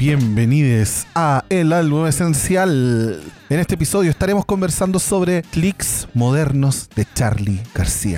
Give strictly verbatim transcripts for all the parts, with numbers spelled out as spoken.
Bienvenidos a El Álbum Esencial. En este episodio estaremos conversando sobre clics modernos de Charly García.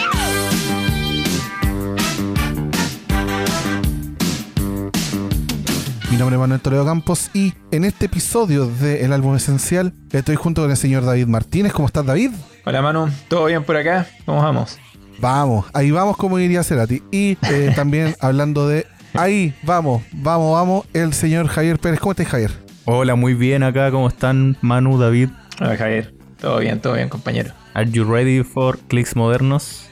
Mi nombre es Manuel Toledo Campos y en este episodio de El Álbum Esencial estoy junto con el señor David Martínez. ¿Cómo estás, David? Hola, Manu. ¿Todo bien por acá? ¿Cómo vamos? Vamos, ahí vamos, como diría Cerati. Y eh, también hablando de ahí vamos, vamos, vamos, el señor Javier Pérez. ¿Cómo estás, Javier? Hola, muy bien acá. ¿Cómo están, Manu, David? Hola, Javier. Todo bien, todo bien, compañero. Are you ready for clics modernos?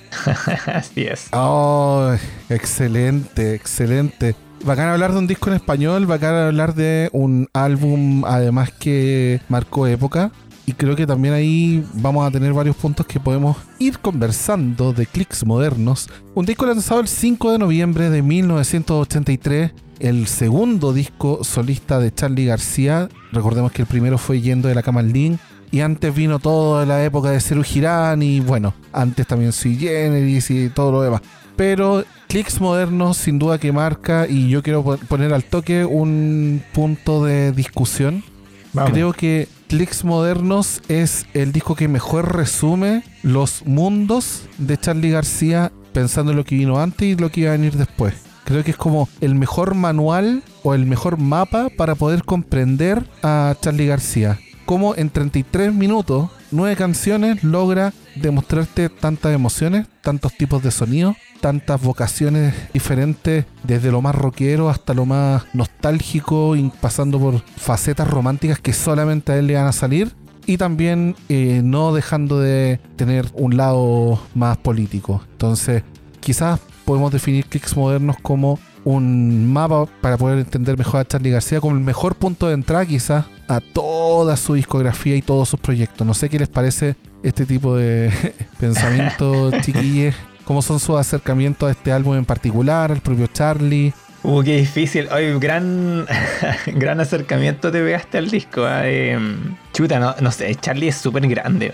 Así es. Oh, excelente, excelente. Bacán hablar de un disco en español, bacán hablar de un álbum además que marcó época. Y creo que también ahí vamos a tener varios puntos que podemos ir conversando de clics modernos. Un disco lanzado el cinco de noviembre de mil novecientos ochenta y tres, el segundo disco solista de Charly García. Recordemos que el primero fue Yendo de la Cama al Living. Y antes vino toda la época de Serú Girán y bueno, antes también Sui Generis y todo lo demás. Pero clics modernos sin duda que marca, y yo quiero poner al toque un punto de discusión. Vamos. Creo que Clics Modernos es el disco que mejor resume los mundos de Charly García, pensando en lo que vino antes y lo que iba a venir después. Creo que es como el mejor manual o el mejor mapa para poder comprender a Charly García. Como en treinta y tres minutos, nueve canciones, logra demostrarte tantas emociones, tantos tipos de sonidos, tantas vocaciones diferentes, desde lo más rockero hasta lo más nostálgico, y pasando por facetas románticas que solamente a él le van a salir, y también eh, no dejando de tener un lado más político. Entonces, quizás podemos definir clics modernos como un mapa para poder entender mejor a Charly García, como el mejor punto de entrada quizás a toda su discografía y todos sus proyectos. No sé qué les parece este tipo de pensamiento, chiquillos. ¿Cómo son sus acercamientos a este álbum en particular, al propio Charly? Uh, qué difícil. Oye, gran, gran acercamiento te pegaste al disco. ¿eh? Chuta, no, no sé, Charly es súper grande.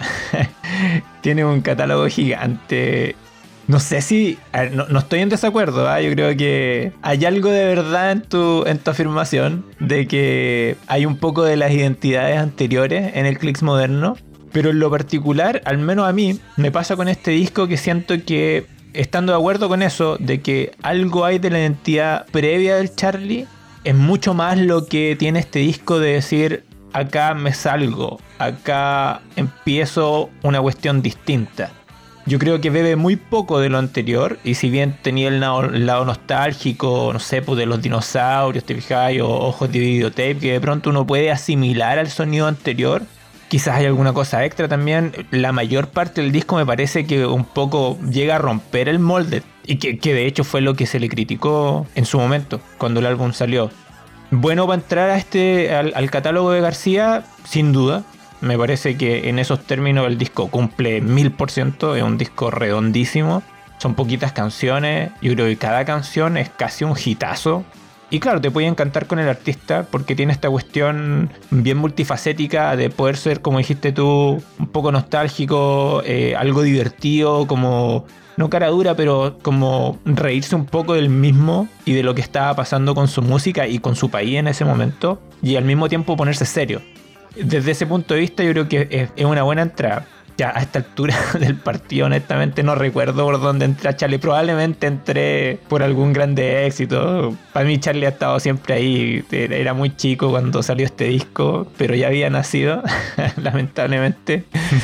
Tiene un catálogo gigante. No sé si... A ver, no, no estoy en desacuerdo, ¿eh? Yo creo que hay algo de verdad en tu, en tu afirmación de que hay un poco de las identidades anteriores en el clics moderno. Pero en lo particular, al menos a mí, me pasa con este disco que siento que, estando de acuerdo con eso, de que algo hay de la identidad previa del Charly, es mucho más lo que tiene este disco de decir, acá me salgo, acá empiezo una cuestión distinta. Yo creo que bebe muy poco de lo anterior, y si bien tenía el lado, el lado nostálgico, no sé, pues de los dinosaurios, te fijáis, o ojos de videotape, que de pronto uno puede asimilar al sonido anterior. Quizás hay alguna cosa extra también. La mayor parte del disco me parece que un poco llega a romper el molde. Y que, que de hecho fue lo que se le criticó en su momento, cuando el álbum salió. Bueno, para entrar a este, al, al catálogo de García, sin duda. Me parece que en esos términos el disco cumple mil por ciento. Es un disco redondísimo. Son poquitas canciones. Yo creo que cada canción es casi un hitazo. Y claro, te puede encantar con el artista porque tiene esta cuestión bien multifacética de poder ser, como dijiste tú, un poco nostálgico, eh, algo divertido, como, no cara dura, pero como reírse un poco del mismo y de lo que estaba pasando con su música y con su país en ese momento, y al mismo tiempo ponerse serio. Desde ese punto de vista yo creo que es, es una buena entrada. Ya a esta altura del partido honestamente no recuerdo por dónde entré a Charly. Probablemente entré por algún grande éxito. Para mí Charly ha estado siempre ahí. Era muy chico cuando salió este disco, pero ya había nacido lamentablemente.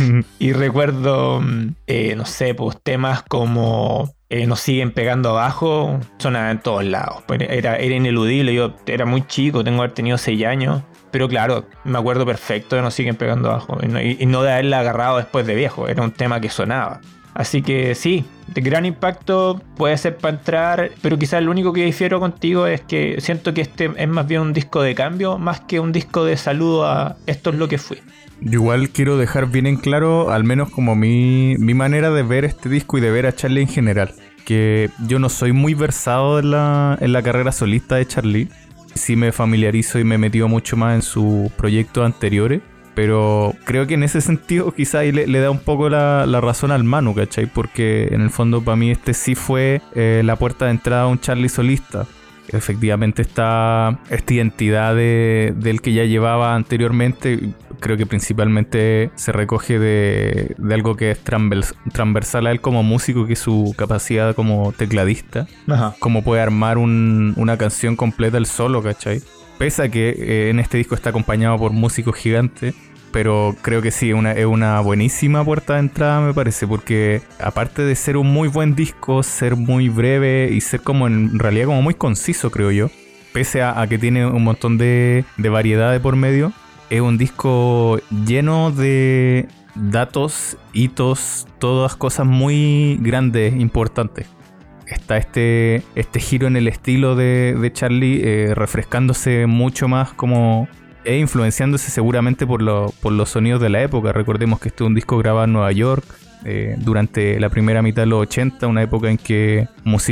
Y recuerdo eh, no sé, pues temas como eh, Nos siguen pegando abajo, sonaban en todos lados. Era, era ineludible. Yo era muy chico, tengo que haber tenido seis años. Pero claro, me acuerdo perfecto de Nos siguen pegando abajo. Y no, y no de haberla agarrado después de viejo. Era un tema que sonaba. Así que sí, de gran impacto, puede ser para entrar. Pero quizás lo único que difiero contigo es que siento que este es más bien un disco de cambio, más que un disco de saludo a esto es lo que fui. Yo igual quiero dejar bien en claro, al menos como mi, mi manera de ver este disco y de ver a Charly en general, que yo no soy muy versado en la, en la carrera solista de Charly. Sí me familiarizo y me he metido mucho más en sus proyectos anteriores, pero creo que en ese sentido quizás le, le da un poco la, la razón al Manu, ¿cachai? Porque en el fondo para mí este sí fue eh, la puerta de entrada a un Charly solista. efectivamente esta, esta identidad de, del que ya llevaba anteriormente, creo que principalmente se recoge de, de algo que es transvers, transversal a él como músico, que es su capacidad como tecladista. Ajá. Cómo puede armar un, una canción completa él solo, ¿cachai? Pese a que eh, en este disco está acompañado por músicos gigantes. Pero creo que sí, una, es una buenísima puerta de entrada, me parece, porque aparte de ser un muy buen disco, ser muy breve y ser como en realidad como muy conciso, creo yo, pese a, a que tiene un montón de, de variedad de por medio, es un disco lleno de datos, hitos, todas cosas muy grandes, importantes. Está este, este giro en el estilo de, de Charlie, eh, refrescándose mucho más como... e influenciándose seguramente por, lo, por los sonidos de la época. Recordemos que este es un disco grabado en Nueva York eh, durante la primera mitad de los ochenta, una época en que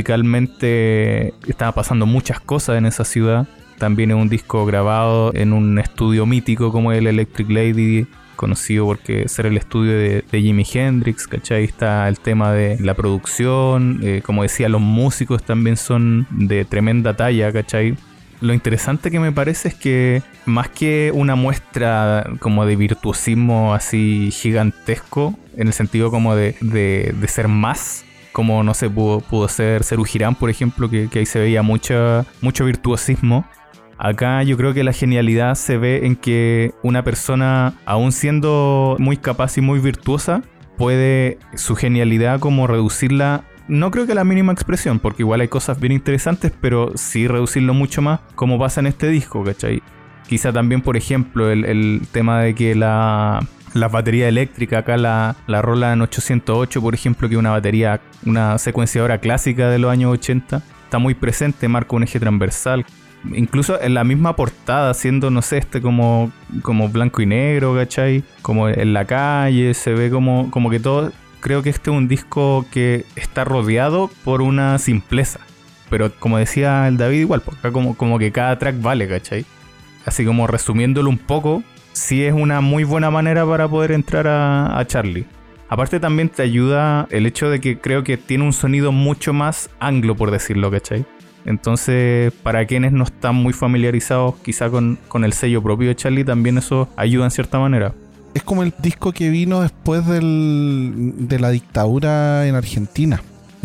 musicalmente estaba pasando muchas cosas en esa ciudad. También es un disco grabado en un estudio mítico como el Electric Lady, conocido porque ser el estudio de, de Jimi Hendrix, ¿cachai? Está el tema de la producción, eh, como decía, los músicos también son de tremenda talla, ¿cachai? Lo interesante que me parece es que más que una muestra como de virtuosismo así gigantesco, en el sentido como de, de, de ser más, como no sé, pudo, pudo ser Serú Girán, por ejemplo, que, que ahí se veía mucha, mucho virtuosismo. Acá yo creo que la genialidad se ve en que una persona, aún siendo muy capaz y muy virtuosa, puede su genialidad como reducirla. No creo que a la mínima expresión, porque igual hay cosas bien interesantes, pero sí reducirlo mucho más, como pasa en este disco, ¿cachai? Quizá también, por ejemplo, el, el tema de que la, la batería eléctrica, acá la, la Roland ochocientos ocho, por ejemplo, que es una batería, una secuenciadora clásica de los años ochenta, está muy presente, marca un eje transversal. Incluso en la misma portada, siendo, no sé, este como, como blanco y negro, ¿cachai? Como en la calle, se ve como, como que todo... Creo que este es un disco que está rodeado por una simpleza. Pero como decía el David, igual, porque acá como, como que cada track vale, ¿cachai? Así como resumiéndolo un poco, sí es una muy buena manera para poder entrar a, a Charlie. Aparte también te ayuda el hecho de que creo que tiene un sonido mucho más anglo, por decirlo, ¿cachai? Entonces, para quienes no están muy familiarizados quizá con, con el sello propio de Charlie, también eso ayuda en cierta manera. Es como el disco que vino después del, de la dictadura en Argentina.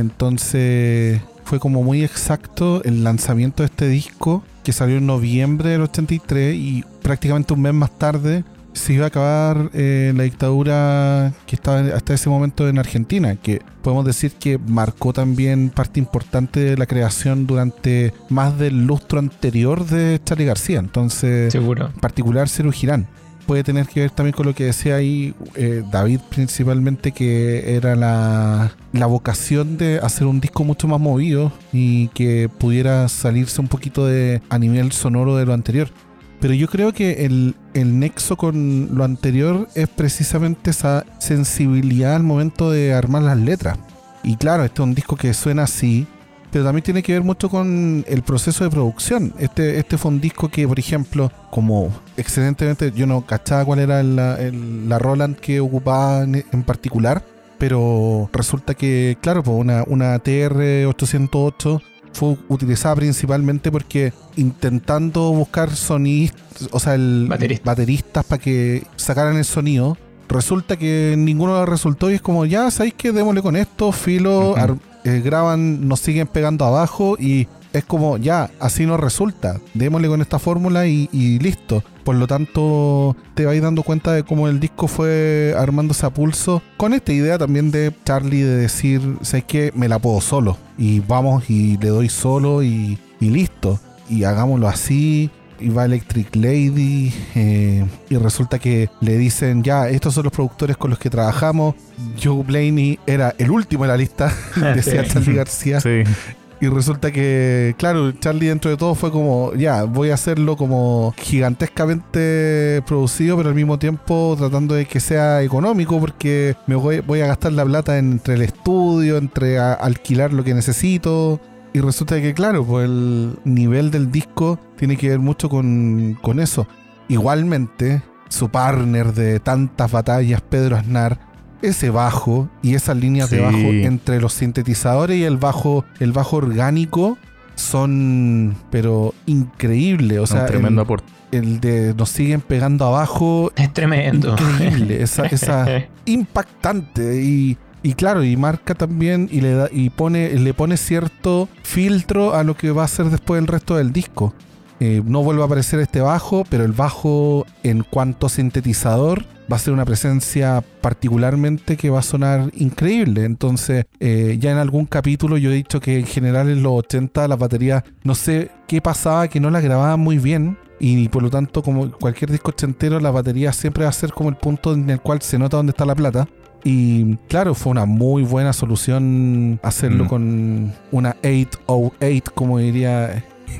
Entonces fue como muy exacto el lanzamiento de este disco, que salió en noviembre del ochenta y tres, y prácticamente un mes más tarde se iba a acabar eh, la dictadura que estaba hasta ese momento en Argentina, que podemos decir que marcó también parte importante de la creación durante más del lustro anterior de Charly García. Entonces, seguro. En particular Serú Girán. Puede tener que ver también con lo que decía ahí eh, David, principalmente, que era la, la vocación de hacer un disco mucho más movido y que pudiera salirse un poquito de a nivel sonoro de lo anterior. Pero yo creo que el, el nexo con lo anterior es precisamente esa sensibilidad al momento de armar las letras. Y claro, este es un disco que suena así, pero también tiene que ver mucho con el proceso de producción. Este, este fue un disco que, por ejemplo, como excelentemente, yo no cachaba cuál era la, el, la Roland que ocupaba en, en particular, pero resulta que, claro, pues una, una T R ochocientos ocho fue utilizada principalmente porque intentando buscar sonistas, o sea, el, Baterista. bateristas para que sacaran el sonido, resulta que ninguno le resultó y es como, ya, ¿sabéis qué? Démosle con esto, filo, uh-huh. ar- eh, graban, nos siguen pegando abajo y es como, ya, así nos resulta, démosle con esta fórmula y, y listo. Por lo tanto, te vais dando cuenta de cómo el disco fue armándose a pulso, con esta idea también de Charlie de decir, ¿sabes qué? Me la puedo solo, y vamos y le doy solo y, y listo, y hagámoslo así. Y va Electric Lady eh, y resulta que le dicen, ya, estos son los productores con los que trabajamos. Joe Blaney era el último en la lista, decía sí. Charly García. Sí. Y resulta que, claro, Charlie dentro de todo fue como, ya, voy a hacerlo como gigantescamente producido, pero al mismo tiempo tratando de que sea económico, porque me voy, voy a gastar la plata entre el estudio, entre a, alquilar lo que necesito. Y resulta que, claro, pues el nivel del disco tiene que ver mucho con, con eso. Igualmente, su partner de tantas batallas, Pedro Aznar, ese bajo y esas líneas sí. de bajo entre los sintetizadores y el bajo, el bajo orgánico, son, pero increíbles. O sea, un tremendo el, aporte. El de nos siguen pegando abajo. Es tremendo. Increíble, esa, esa impactante. Y, y claro, y marca también y le da, y pone, le pone cierto filtro a lo que va a ser después el resto del disco. Eh, no vuelve a aparecer este bajo, pero el bajo en cuanto sintetizador va a ser una presencia particularmente que va a sonar increíble. Entonces, eh, ya en algún capítulo yo he dicho que en general en los ochenta las baterías, no sé qué pasaba, que no las grababan muy bien. Y por lo tanto, como cualquier disco ochentero, la batería siempre va a ser como el punto en el cual se nota dónde está la plata. Y claro, fue una muy buena solución hacerlo mm. con una ocho cero ocho, como diría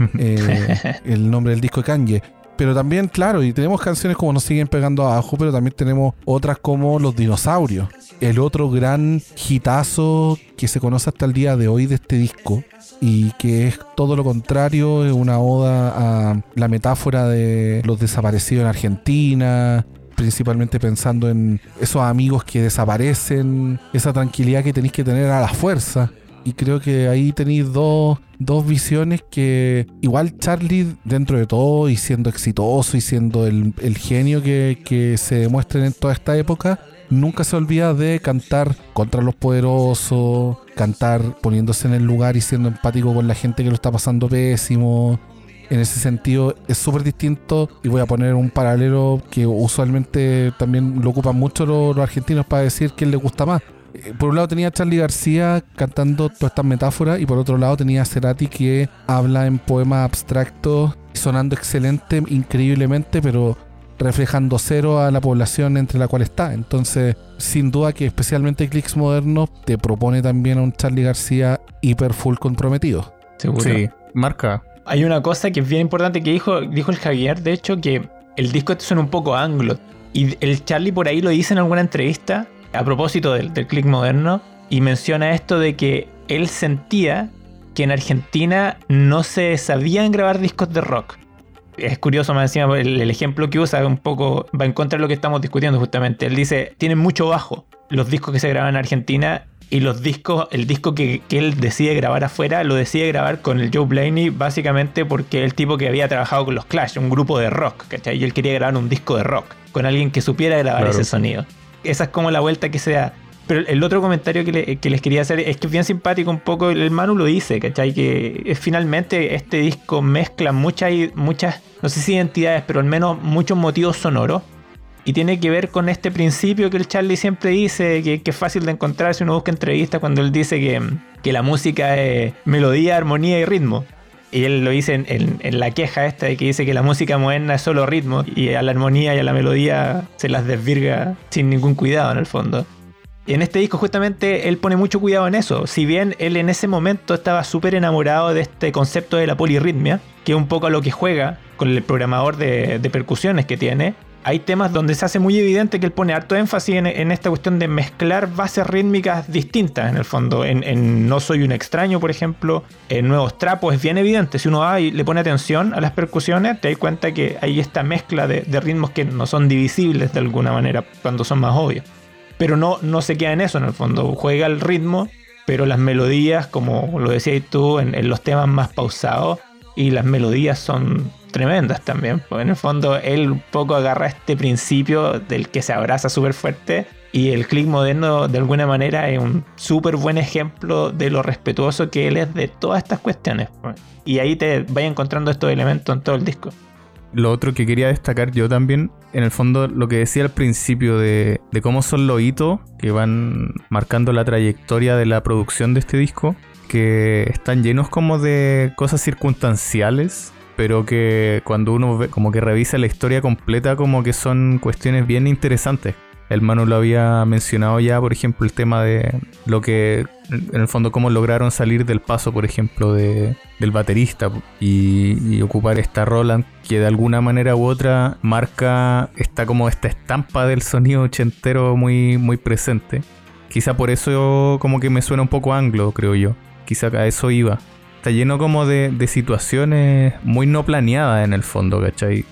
eh, el nombre del disco de Kanye. Pero también, claro, y tenemos canciones como Nos siguen pegando abajo, pero también tenemos otras como Los dinosaurios. El otro gran hitazo que se conoce hasta el día de hoy de este disco, y que es todo lo contrario, es una oda a la metáfora de los desaparecidos en Argentina, principalmente pensando en esos amigos que desaparecen, esa tranquilidad que tenéis que tener a la fuerza. Y creo que ahí tenéis dos, dos visiones que igual Charlie, dentro de todo, y siendo exitoso y siendo el, el genio que, que se demuestra en toda esta época, nunca se olvida de cantar contra los poderosos, cantar poniéndose en el lugar y siendo empático con la gente que lo está pasando pésimo. En ese sentido es súper distinto, y voy a poner un paralelo que usualmente también lo ocupan mucho los, los argentinos para decir quién les gusta más. Por un lado tenía a Charly García cantando todas estas metáforas, y por otro lado tenía a Cerati, que habla en poemas abstractos, sonando excelente, increíblemente, pero reflejando cero a la población entre la cual está. Entonces, sin duda que especialmente Clicks Modernos te propone también a un Charly García hiper full comprometido. Seguro. Sí, marca. Hay una cosa que es bien importante que dijo, dijo el Javier, de hecho, que el disco este suena un poco anglo. Y el Charly por ahí lo dice en alguna entrevista, a propósito del, del click moderno, y menciona esto de que él sentía que en Argentina no se sabían grabar discos de rock. Es curioso, más encima, el, el ejemplo que usa un poco va en contra de lo que estamos discutiendo justamente. Él dice, tienen mucho bajo los discos que se graban en Argentina, y los discos, el disco que, que él decide grabar afuera, lo decide grabar con el Joe Blaney, básicamente porque el tipo que había trabajado con los Clash, un grupo de rock, ¿cachai? Y él quería grabar un disco de rock con alguien que supiera grabar claro. ese sonido. Esa es como la vuelta que se da. Pero el otro comentario que, le, que les quería hacer es que es bien simpático un poco, el Manu lo dice, ¿cachai? Que es, finalmente este disco mezcla muchas, muchas, no sé si identidades, pero al menos muchos motivos sonoros. Y tiene que ver con este principio que el Charly siempre dice, que, que es fácil de encontrar si uno busca entrevistas, cuando él dice que, que la música es melodía, armonía y ritmo. Y él lo dice en, en, en la queja esta de que dice que la música moderna es solo ritmo, y a la armonía y a la melodía se las desvirga sin ningún cuidado en el fondo. Y en este disco justamente él pone mucho cuidado en eso. Si bien él en ese momento estaba súper enamorado de este concepto de la polirritmia, que es un poco a lo que juega con el programador de, de percusiones que tiene, hay temas donde se hace muy evidente que él pone harto énfasis en, en esta cuestión de mezclar bases rítmicas distintas en el fondo. En, en No Soy un Extraño, por ejemplo, en Nuevos Trapos es bien evidente. Si uno va y le pone atención a las percusiones, te das cuenta que hay esta mezcla de, de ritmos que no son divisibles de alguna manera cuando son más obvios. Pero no, no se queda en eso en el fondo. Juega el ritmo, pero las melodías, como lo decías tú, en, en los temas más pausados, y las melodías son tremendas también. Porque en el fondo él un poco agarra este principio del que se abraza súper fuerte, y el click moderno de alguna manera es un súper buen ejemplo de lo respetuoso que él es de todas estas cuestiones. Y ahí te vas encontrando estos elementos en todo el disco. Lo otro que quería destacar yo también, en el fondo, lo que decía al principio de, de cómo son los hitos que van marcando la trayectoria de la producción de este disco, que están llenos como de cosas circunstanciales, pero que cuando uno ve, como que revisa la historia completa, como que son cuestiones bien interesantes. El Manu lo había mencionado ya, por ejemplo, el tema de lo que, en el fondo, cómo lograron salir del paso, por ejemplo, de, del baterista y, y ocupar esta Roland, que de alguna manera u otra marca, está como esta estampa del sonido ochentero muy, muy presente. Quizá por eso como que me suena un poco anglo, creo yo. Quizá a eso iba. Está lleno como de, de situaciones muy no planeadas en el fondo, ¿cachai?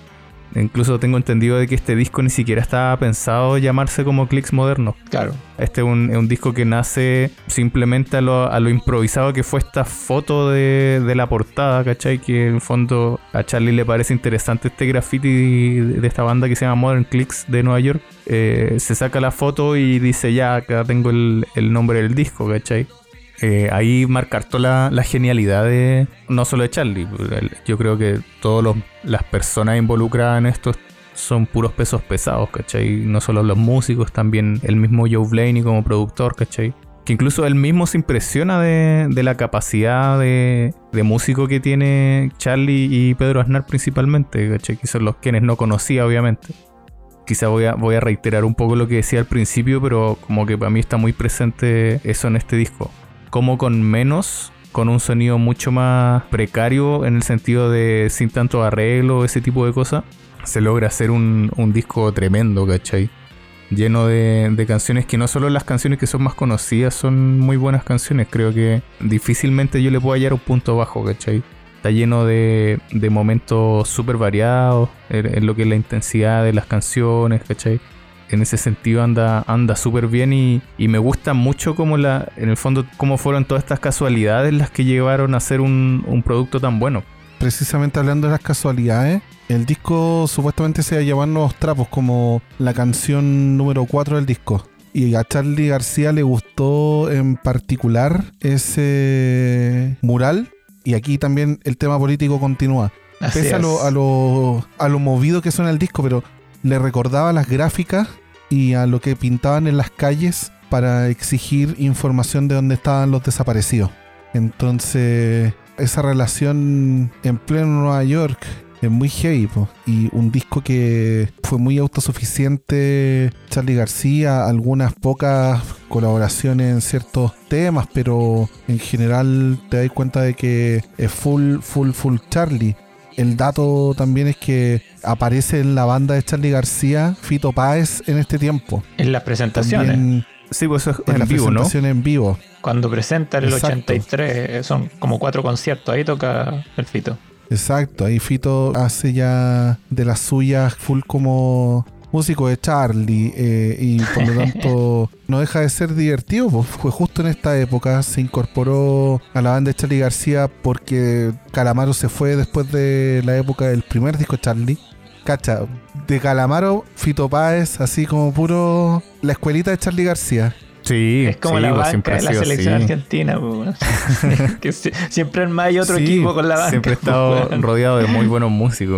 Incluso tengo entendido de que este disco ni siquiera estaba pensado llamarse como Clicks Modernos. Claro. Este es un, es un disco que nace simplemente a lo, a lo improvisado que fue esta foto de, de la portada, ¿cachai? Que en el fondo a Charlie le parece interesante este graffiti de, de esta banda que se llama Modern Clicks de Nueva York. Eh, se saca la foto y dice, ya, acá tengo el, el nombre del disco, ¿cachai? Eh, ahí marca harto la, la genialidad de no solo de Charlie. Yo creo que todas las personas involucradas en esto son puros pesos pesados, ¿cachai? No solo los músicos, también el mismo Joe Blaney como productor, ¿cachai? Que incluso él mismo se impresiona de, de la capacidad de, de músico que tiene Charlie y Pedro Aznar principalmente, ¿cachai? Que son los quienes no conocía, obviamente. Quizá voy a, voy a reiterar un poco lo que decía al principio, pero como que para mí está muy presente eso en este disco. Como con menos, con un sonido mucho más precario en el sentido de sin tanto arreglo, ese tipo de cosas, se logra hacer un, un disco tremendo, ¿cachai? Lleno de, de canciones que no solo las canciones que son más conocidas son muy buenas canciones, creo que difícilmente yo le puedo hallar un punto bajo, ¿cachai? Está lleno de, de momentos súper variados en, en lo que es la intensidad de las canciones, ¿cachai? En ese sentido anda anda súper bien y, y me gusta mucho como la, en el fondo cómo fueron todas estas casualidades las que llevaron a hacer un, un producto tan bueno. Precisamente hablando de las casualidades, el disco supuestamente se va a llamar Nuevos Trapos, como la canción número cuatro del disco. Y a Charly García le gustó en particular ese mural, y aquí también el tema político continúa. Así Pese a lo, a, lo, a lo movido que suena el disco, pero le recordaba las gráficas y a lo que pintaban en las calles para exigir información de dónde estaban los desaparecidos. Entonces, esa relación en pleno Nueva York es muy heavy, po. Y un disco que fue muy autosuficiente. Charly García, algunas pocas colaboraciones en ciertos temas, pero en general te das cuenta de que es full, full, full Charly. El dato también es que aparece en la banda de Charly García Fito Páez en este tiempo. En las presentaciones. También Sí, pues eso es en en las vivo, ¿no? presentaciones en vivo. Cuando presenta el Exacto. ochenta y tres, son como cuatro conciertos, ahí toca el Fito. Exacto, ahí Fito hace ya de las suyas full como músico de Charly, eh, y por lo tanto no deja de ser divertido, pues fue justo en esta época, se incorporó a la banda de Charly García porque Calamaro se fue después de la época del primer disco de Charly. Cacha, de Calamaro, Fito Páez, así como puro la escuelita de Charly García. Sí, Es como sí, la pues banca siempre ha de la sido selección así. argentina, pues. Que si- siempre en más hay otro Sí, equipo con la banca. siempre he pues, estado weón. rodeado de muy buenos músicos.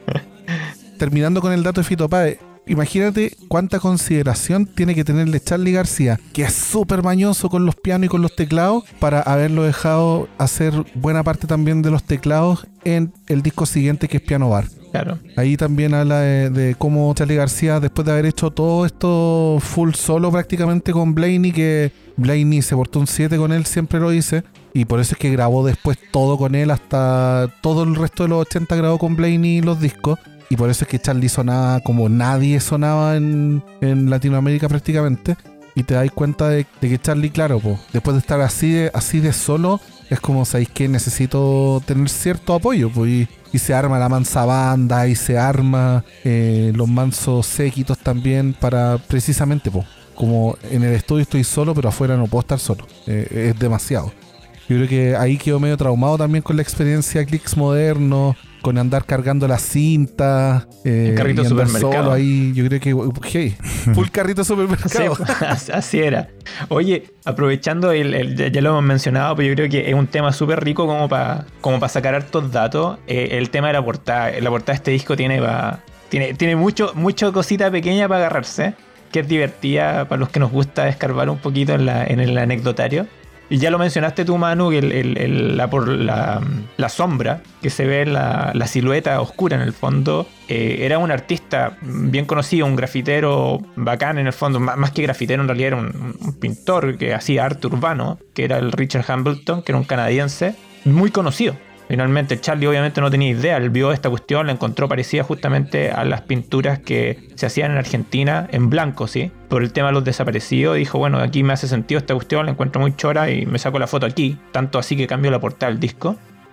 Terminando con el dato de Fito Páez, imagínate cuánta consideración tiene que tenerle Charly García, que es súper mañoso con los pianos y con los teclados, para haberlo dejado hacer buena parte también de los teclados en el disco siguiente, que es Piano Bar. Claro. Ahí también habla de, de cómo Charly García, después de haber hecho todo esto full solo prácticamente con Blaney, que Blaney se portó un siete con él, siempre lo dice, y por eso es que grabó después todo con él, hasta todo el resto de los ochenta grabó con Blaney los discos, y por eso es que Charly sonaba como nadie sonaba en, en Latinoamérica prácticamente, y te das cuenta de, de que Charly, claro, po, después de estar así de, así de solo, es como, ¿sabéis qué? Necesito tener cierto apoyo, pues, y, y se arma la mansa banda, y se arma eh, los mansos séquitos también, para precisamente, pues, como en el estudio estoy solo, pero afuera no puedo estar solo, eh, es demasiado. Yo creo que ahí quedó medio traumado también con la experiencia Clicks Modernos, con andar cargando la cinta, eh, El carrito y andar supermercado. solo ahí. Yo creo que, hey, full carrito Sí, supermercado. pues, así era. Oye, aprovechando, el, el- ya- ya lo hemos mencionado, pero yo creo que es un tema súper rico como para como pa sacar hartos datos. Eh, el tema de la portada. La portada de este disco tiene pa- tiene, tiene mucho, mucho cosita pequeña para agarrarse, que es divertida para los que nos gusta escarbar un poquito en, la, en el anecdotario. Y ya lo mencionaste tú, Manu, que el, el- el- la, por la, la sombra que se ve en la, la silueta oscura en el fondo, eh, era un artista bien conocido, un grafitero bacán en el fondo, más, más que grafitero en realidad era un, un pintor que hacía arte urbano, que era el Richard Hambleton, que era un canadiense muy conocido. Finalmente, Charly obviamente no tenía idea, él vio esta cuestión, la encontró parecida justamente a las pinturas que se hacían en Argentina en blanco, ¿sí? Por el tema de los desaparecidos, dijo, bueno, aquí me hace sentido esta cuestión, la encuentro muy chora y me saco la foto aquí, tanto así que cambio la portada del disco.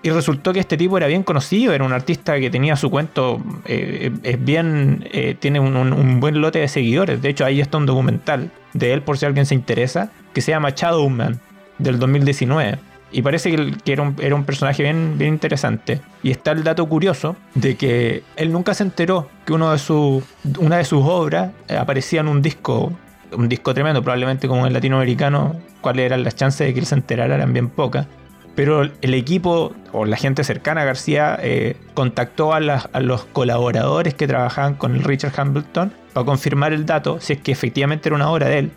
Y resultó que este tipo era bien conocido, era un artista que tenía su cuento, eh, es bien, eh, tiene un, un, un buen lote de seguidores. De hecho, ahí está un documental de él, por si alguien se interesa, que se llama Shadowman, del dos mil diecinueve. Y parece que, que era, un, era un personaje bien, bien interesante. Y está el dato curioso de que él nunca se enteró que uno de su, una de sus obras aparecía en un disco, un disco tremendo, probablemente como el latinoamericano, cuáles eran las chances de que él se enterara, eran bien pocas. Pero el equipo o la gente cercana a García eh, contactó a, las, a los colaboradores que trabajaban con el Richard Hambleton para confirmar el dato, si es que efectivamente era una obra de él.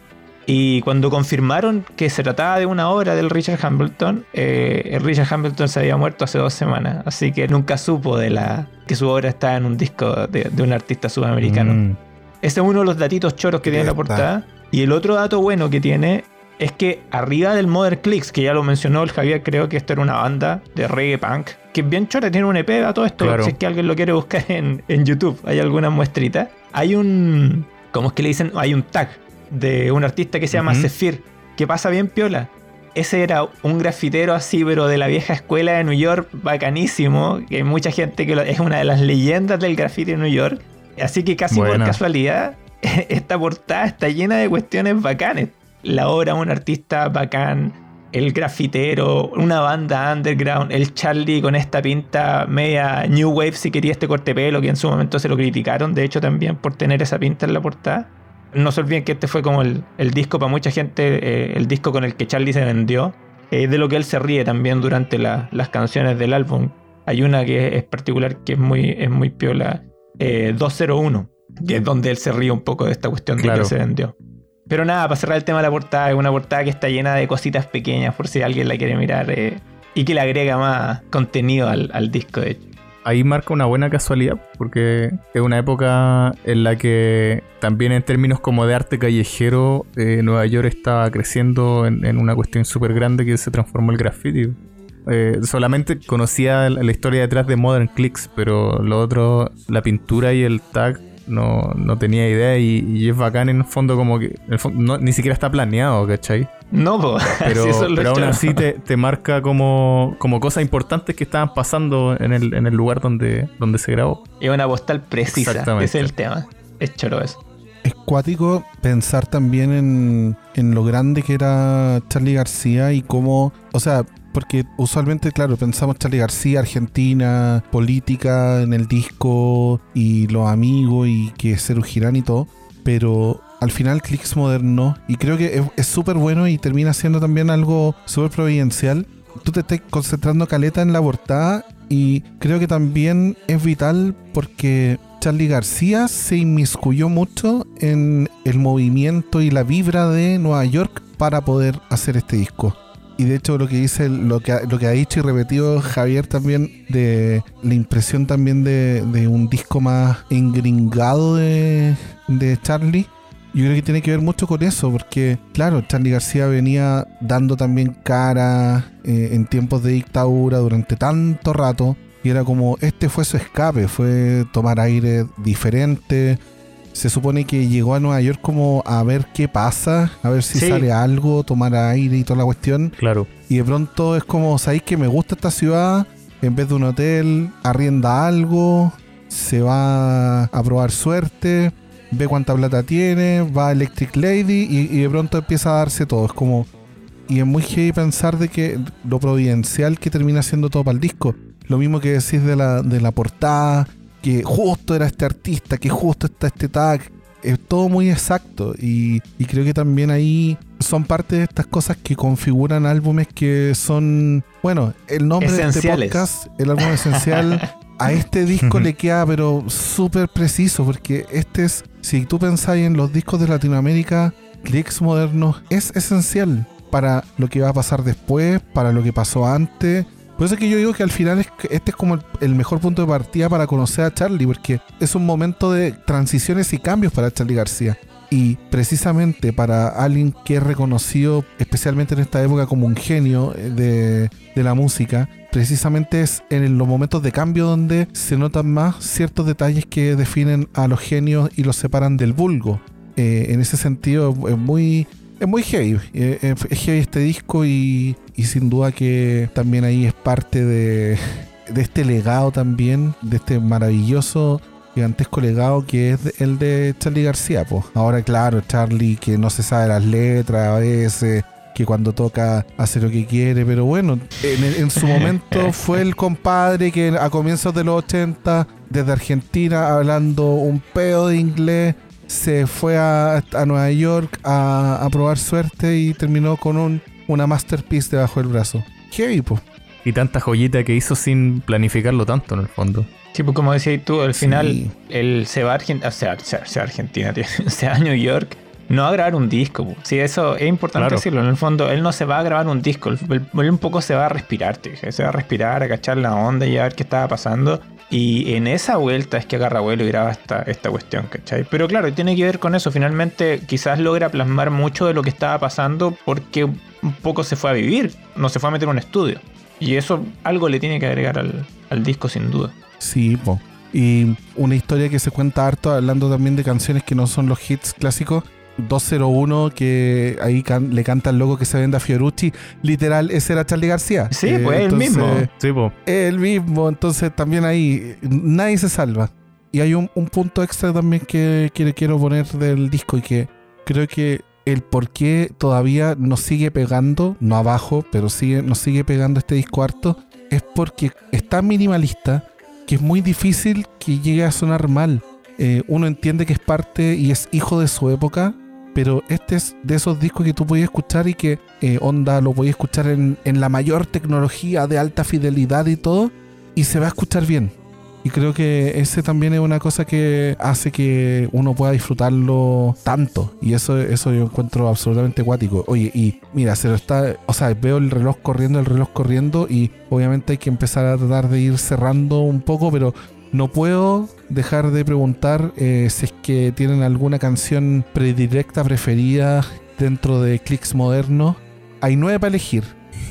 Y cuando confirmaron que se trataba de una obra del Richard Hambleton, eh, el Richard Hambleton se había muerto hace dos semanas, así que nunca supo de la que su obra estaba en un disco de, de un artista sudamericano. Mm. Ese es uno de los datitos choros que tiene la portada. Y el otro dato bueno que tiene es que arriba del Modern Clicks, que ya lo mencionó el Javier, creo que esto era una banda de reggae punk, que es bien chora, tiene un E P a todo esto, claro. Si es que alguien lo quiere buscar en, en YouTube, hay alguna muestrita. Hay un, ¿cómo es que le dicen? Hay un tag de un artista que se llama uh-huh. Zephyr, que pasa bien piola. Ese era un grafitero así, pero de la vieja escuela de New York, bacanísimo, que hay mucha gente que lo, es una de las leyendas del graffiti en New York. Así que casi Buena. por casualidad, esta portada está llena de cuestiones bacanes. La obra de un artista bacán, el grafitero, una banda underground, el Charlie con esta pinta media new wave, si quería, este corte pelo, que en su momento se lo criticaron, de hecho también por tener esa pinta en la portada. No se olviden que este fue como el, el disco para mucha gente, eh, el disco con el que Charlie se vendió, eh, de lo que él se ríe también durante la, las canciones del álbum. Hay una que es particular, que es muy, es muy piola, eh, dos cero uno, que es donde él se ríe un poco de esta cuestión claro. de que se vendió. Pero nada, para cerrar el tema de la portada, es una portada que está llena de cositas pequeñas, por si alguien la quiere mirar, eh, y que le agrega más contenido al, al disco, de hecho. Ahí marca una buena casualidad, porque es una época en la que también en términos como de arte callejero, eh, Nueva York estaba creciendo en, en una cuestión súper grande que se transformó el graffiti. Eh, solamente conocía la historia detrás de Modern Clicks, pero lo otro, la pintura y el tag, no, no tenía idea, y, y es bacán en el fondo, como que en el fondo, no, ni siquiera está planeado, ¿cachai? No, po. pero, sí, pero aún así te, te marca como, como cosas importantes que estaban pasando en el, en el lugar donde, donde se grabó. Es una postal precisa, ese es el tema. Es choro eso. Es cuático pensar también en, en lo grande que era Charly García y cómo, o sea, porque usualmente, claro, pensamos Charly García, Argentina, política en el disco y los amigos y que Serú Girán y todo, pero al final Clicks moderno, y creo que es súper bueno y termina siendo también algo súper providencial. Tú te estás concentrando caleta en la portada y creo que también es vital porque Charly García se inmiscuyó mucho en el movimiento y la vibra de Nueva York para poder hacer este disco. Y de hecho lo que dice, lo que, lo que ha dicho y repetido Javier también, de la impresión también de, de un disco más engringado de, de Charly, yo creo que tiene que ver mucho con eso, porque claro, Charly García venía dando también cara eh, en tiempos de dictadura durante tanto rato, y era como, este fue su escape, fue tomar aire diferente. Se supone que llegó a Nueva York como a ver qué pasa, a ver si sí. sale algo, tomar aire y toda la cuestión. Claro. Y de pronto es como, ¿sabéis que me gusta esta ciudad? En vez de un hotel, arrienda algo, se va a probar suerte, ve cuánta plata tiene, va a Electric Lady y, y de pronto empieza a darse todo. Es como, y es muy heavy pensar de que lo providencial que termina siendo todo para el disco. Lo mismo que decís de la, de la portada, que justo era este artista, que justo está este tag, es todo muy exacto, y, y creo que también ahí son parte de estas cosas que configuran álbumes que son, bueno, el nombre de este podcast, el álbum esencial, a este disco le queda pero súper preciso, porque este es, si tú pensáis en los discos de Latinoamérica, Clicks modernos es esencial para lo que va a pasar después, para lo que pasó antes. Por eso es que yo digo que al final es, este es como el, el mejor punto de partida para conocer a Charly, porque es un momento de transiciones y cambios para Charly García. Y precisamente para alguien que es reconocido, especialmente en esta época, como un genio de, de la música, precisamente es en los momentos de cambio donde se notan más ciertos detalles que definen a los genios y los separan del vulgo. Eh, en ese sentido es muy... es muy heavy, eh, es heavy este disco y, y sin duda que también ahí es parte de, de este legado también, de este maravilloso, gigantesco legado que es el de Charly García, pues. Ahora claro, Charly que no se sabe las letras a veces, que cuando toca hace lo que quiere, pero bueno, en, en su momento fue el compadre que a comienzos de los ochenta, desde Argentina, hablando un pedo de inglés, se fue a, a Nueva York a, a probar suerte y terminó con un, una masterpiece debajo del brazo. Heavy, po. Y tanta joyita que hizo sin planificarlo tanto, en el fondo. Sí, pues como decías tú, al Sí. final él se va a Argentina, o sea, se, se va a Argentina, tío, se va a New York, no va a grabar un disco. Po. Sí, eso es importante Claro. decirlo. En el fondo, él no se va a grabar un disco, él, él un poco se va a respirar, tío. Se va a respirar, a cachar la onda y a ver qué estaba pasando. Y en esa vuelta es que agarra vuelo y graba esta, esta cuestión, ¿cachai? Pero claro, tiene que ver con eso. Finalmente, quizás logra plasmar mucho de lo que estaba pasando porque un poco se fue a vivir, no se fue a meter en un estudio. Y eso algo le tiene que agregar al, al disco, sin duda. Sí, po. Y una historia que se cuenta harto, hablando también de canciones que no son los hits clásicos. dos cero uno, que ahí can- le canta al loco que se vende a Fiorucci. Literal, ese era Charly García. Sí, Eh, pues el entonces, mismo. Sí, po. El mismo, entonces también ahí nadie se salva. Y hay un, un punto extra también que, que le quiero poner del disco y que creo que el por qué todavía nos sigue pegando, no abajo, pero sigue, nos sigue pegando este disco harto, es porque es tan minimalista que es muy difícil que llegue a sonar mal. Eh, uno entiende que es parte y es hijo de su época, pero este es de esos discos que tú podías escuchar y que eh, onda lo podías escuchar en, en la mayor tecnología de alta fidelidad y todo, y se va a escuchar bien. Y creo que ese también es una cosa que hace que uno pueda disfrutarlo tanto. Y eso, eso yo encuentro absolutamente cuático. Oye, y mira, se lo está, o sea, veo el reloj corriendo, el reloj corriendo, y obviamente hay que empezar a tratar de ir cerrando un poco, pero no puedo dejar de preguntar eh, si es que tienen alguna canción predilecta, preferida dentro de Clicks Modernos. Hay nueve para elegir.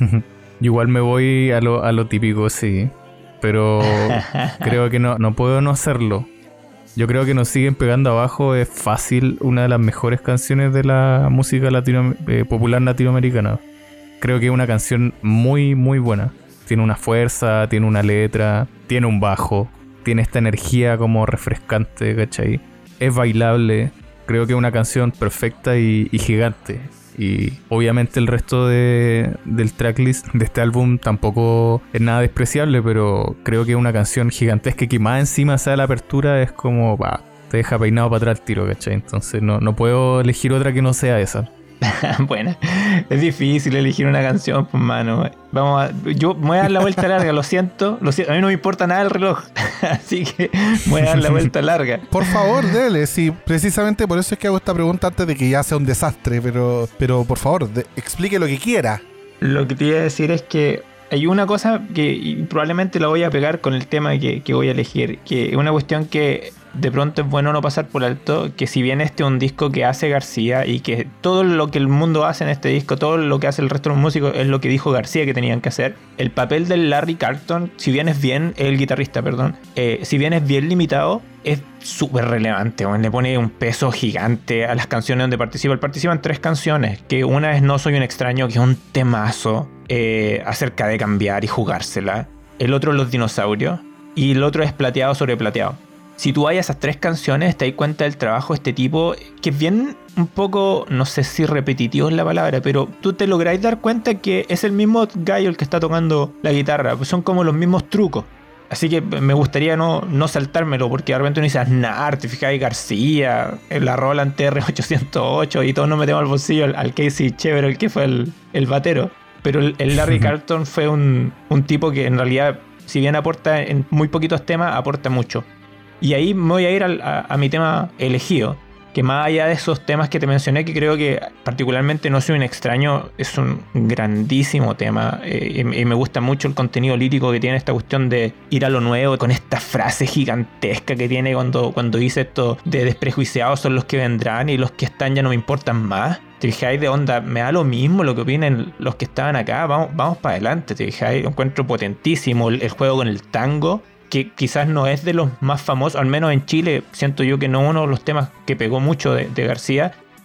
Igual me voy a lo, a lo típico, sí. Pero creo que no, no puedo no hacerlo. Yo creo que nos siguen pegando abajo. Es fácil una de las mejores canciones de la música latino, eh, popular latinoamericana. Creo que es una canción muy, muy buena. Tiene una fuerza, tiene una letra, tiene un bajo, tiene esta energía como refrescante, ¿cachai? Es bailable. Creo que es una canción perfecta y, y gigante. Y obviamente el resto de, del tracklist de este álbum tampoco es nada despreciable, pero creo que es una canción gigantesca que más encima sea la apertura, es como, bah, te deja peinado para atrás el tiro, ¿cachai? Entonces no, no puedo elegir otra que no sea esa. Bueno, es difícil elegir una canción, pues mano. Vamos a, yo me voy a dar la vuelta larga, lo siento, lo siento. A mí no me importa nada el reloj, así que me voy a dar la vuelta larga. Por favor, dele. Sí, precisamente por eso es que hago esta pregunta antes de que ya sea un desastre. Pero, pero por favor, de, explique lo que quiera. Lo que te iba a decir es que hay una cosa que y probablemente la voy a pegar con el tema que, que voy a elegir, que es una cuestión que de pronto es bueno no pasar por alto, que si bien este es un disco que hace García y que todo lo que el mundo hace en este disco, todo lo que hace el resto de los músicos es lo que dijo García que tenían que hacer, el papel del Larry Carlton, si bien es bien, el guitarrista, perdón, eh, si bien es bien limitado, es súper relevante, bueno, le pone un peso gigante a las canciones donde participa. Él participa en tres canciones, que una es No Soy un Extraño, que es un temazo eh, acerca de cambiar y jugársela. El otro es Los Dinosaurios y el otro es Plateado sobre Plateado. Si tú vas a esas tres canciones, te das cuenta del trabajo de este tipo, que es bien un poco, no sé si repetitivo es la palabra, pero tú te lográis dar cuenta que es el mismo gallo el que está tocando la guitarra, pues son como los mismos trucos. Así que me gustaría no, no saltármelo, porque de repente uno dice Aznar, te fijas, García, la Roland T R ochocientos ocho, y todos nos metemos al bolsillo al, al Casey Chévere, el que fue el, el batero. Pero el, el Larry Carlton fue un, un tipo que en realidad, si bien aporta en muy poquitos temas, aporta mucho. Y ahí me voy a ir al, a, a mi tema elegido, que más allá de esos temas que te mencioné, que creo que particularmente No Soy un Extraño es un grandísimo tema, eh, y, y me gusta mucho el contenido lírico que tiene esta cuestión de ir a lo nuevo, con esta frase gigantesca que tiene cuando, cuando dice esto de desprejuiciados son los que vendrán y los que están ya no me importan más. Te fijáis de onda, me da lo mismo lo que opinen los que estaban acá, vamos, vamos para adelante, te fijáis, lo encuentro potentísimo el, el juego con el tango, que quizás no es de los más famosos, al menos en Chile siento yo que no uno de los temas que pegó mucho de, de García,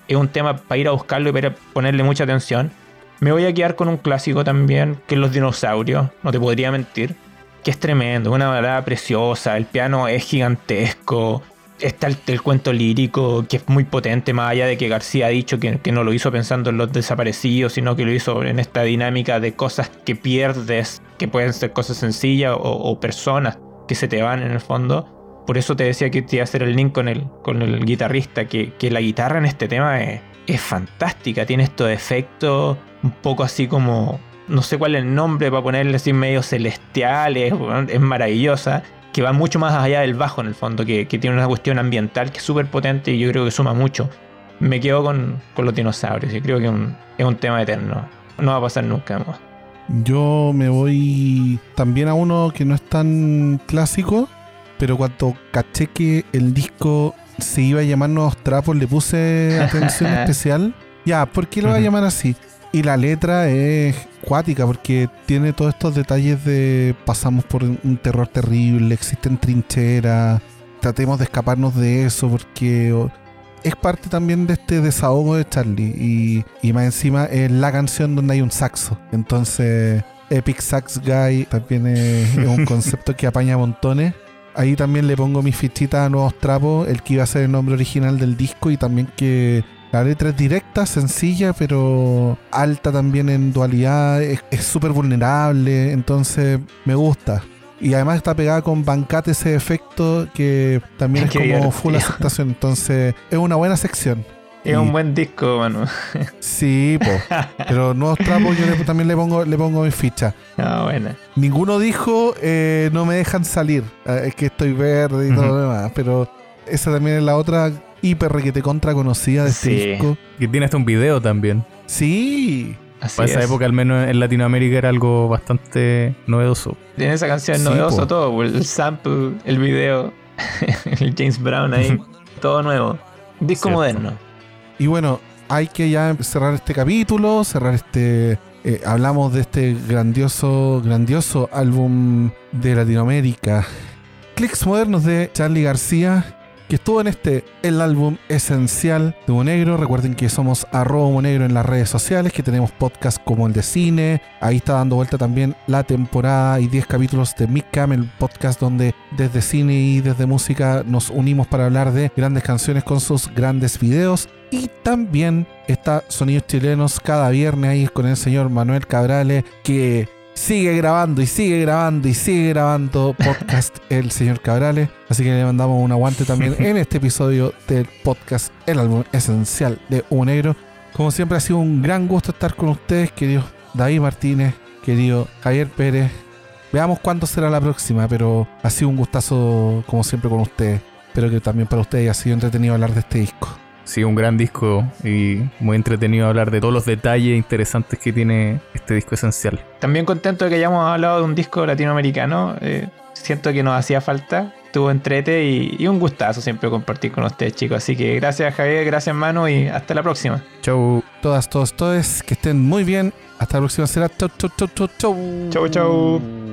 es un tema para ir a buscarlo y para ponerle mucha atención. Me voy a quedar con un clásico también, que es Los Dinosaurios, no te podría mentir, que es tremendo, una balada preciosa, el piano es gigantesco, está el, el cuento lírico que es muy potente, más allá de que García ha dicho que, que no lo hizo pensando en los desaparecidos, sino que lo hizo en esta dinámica de cosas que pierdes, que pueden ser cosas sencillas o, o personas que se te van en el fondo. Por eso te decía que te iba a hacer el link con el, con el guitarrista, que, que la guitarra en este tema es, es fantástica, tiene estos efectos un poco así como, no sé cuál es el nombre para ponerle así medio celestiales, es maravillosa, que va mucho más allá del bajo en el fondo, que, que tiene una cuestión ambiental que es súper potente y yo creo que suma mucho. Me quedo con, con Los Dinosaurios y creo que es un, es un tema eterno, no va a pasar nunca más. Yo me voy también a uno que no es tan clásico, pero cuando caché que el disco se iba a llamar Nuevos Trapos, le puse atención especial. Ya, ¿por qué lo va a llamar así? Y la letra es cuática porque tiene todos estos detalles de pasamos por un terror terrible, existen trincheras, tratemos de escaparnos de eso porque es parte también de este desahogo de Charlie. Y, y más encima es la canción donde hay un saxo. Entonces, Epic Sax Guy también es, es un concepto que apaña montones. Ahí también le pongo mis fichitas a Nuevos Trapos, el que iba a ser el nombre original del disco, y también que la letra es directa, sencilla, pero alta también en dualidad, es súper vulnerable, entonces me gusta. Y además está pegada con Bancate, ese efecto que también es Qué como divertido. full aceptación, entonces es una buena sección. Es Y- un buen disco, mano. Sí, po. Pero Nuevos Trapos yo le- también le pongo, le pongo mis fichas. Ah, buena. Ninguno dijo eh, no me dejan salir, eh, es que estoy verde y Ujú. todo lo demás, pero esa también es la otra hiper requete contra conocida de este Sí. disco. Que tiene hasta un video también. Sí, Así Para esa es. época, al menos en Latinoamérica, era algo bastante novedoso. Tiene esa canción Sí, novedoso po. todo, el sample, el video, el James Brown ahí, todo nuevo. Disco Cierto. moderno. y bueno, hay que ya cerrar este capítulo, cerrar este... eh, hablamos de este grandioso, grandioso álbum de Latinoamérica. Clicks modernos de Charly García, que estuvo en este, el álbum esencial de Humo Negro. Recuerden que somos arroba Humo Negro en las redes sociales, que tenemos podcast como el de cine. Ahí está dando vuelta también la temporada y diez capítulos de Midcam, el podcast donde desde cine y desde música nos unimos para hablar de grandes canciones con sus grandes videos. Y también está Sonidos Chilenos cada viernes ahí con el señor Manuel Cabrales, que sigue grabando y sigue grabando y sigue grabando podcast el señor Cabrales. Así que le mandamos un aguante también en este episodio del podcast El Álbum Esencial de Humo Negro. Como siempre ha sido un gran gusto estar con ustedes, querido David Martínez, querido Javier Pérez. Veamos cuándo será la próxima, pero ha sido un gustazo como siempre con ustedes. Espero que también para ustedes haya sido entretenido hablar de este disco. Sí, un gran disco y muy entretenido hablar de todos los detalles interesantes que tiene este disco esencial. También contento de que hayamos hablado de un disco latinoamericano. eh, siento que nos hacía falta. Estuvo entrete y, y un gustazo siempre compartir con ustedes, chicos. Así que gracias, Javier, gracias, Manu, y hasta la próxima. Chau. Todas, todos, todos, que estén muy bien. Hasta la próxima será. Chau, chau, chau, chau, chau. Chau, chau.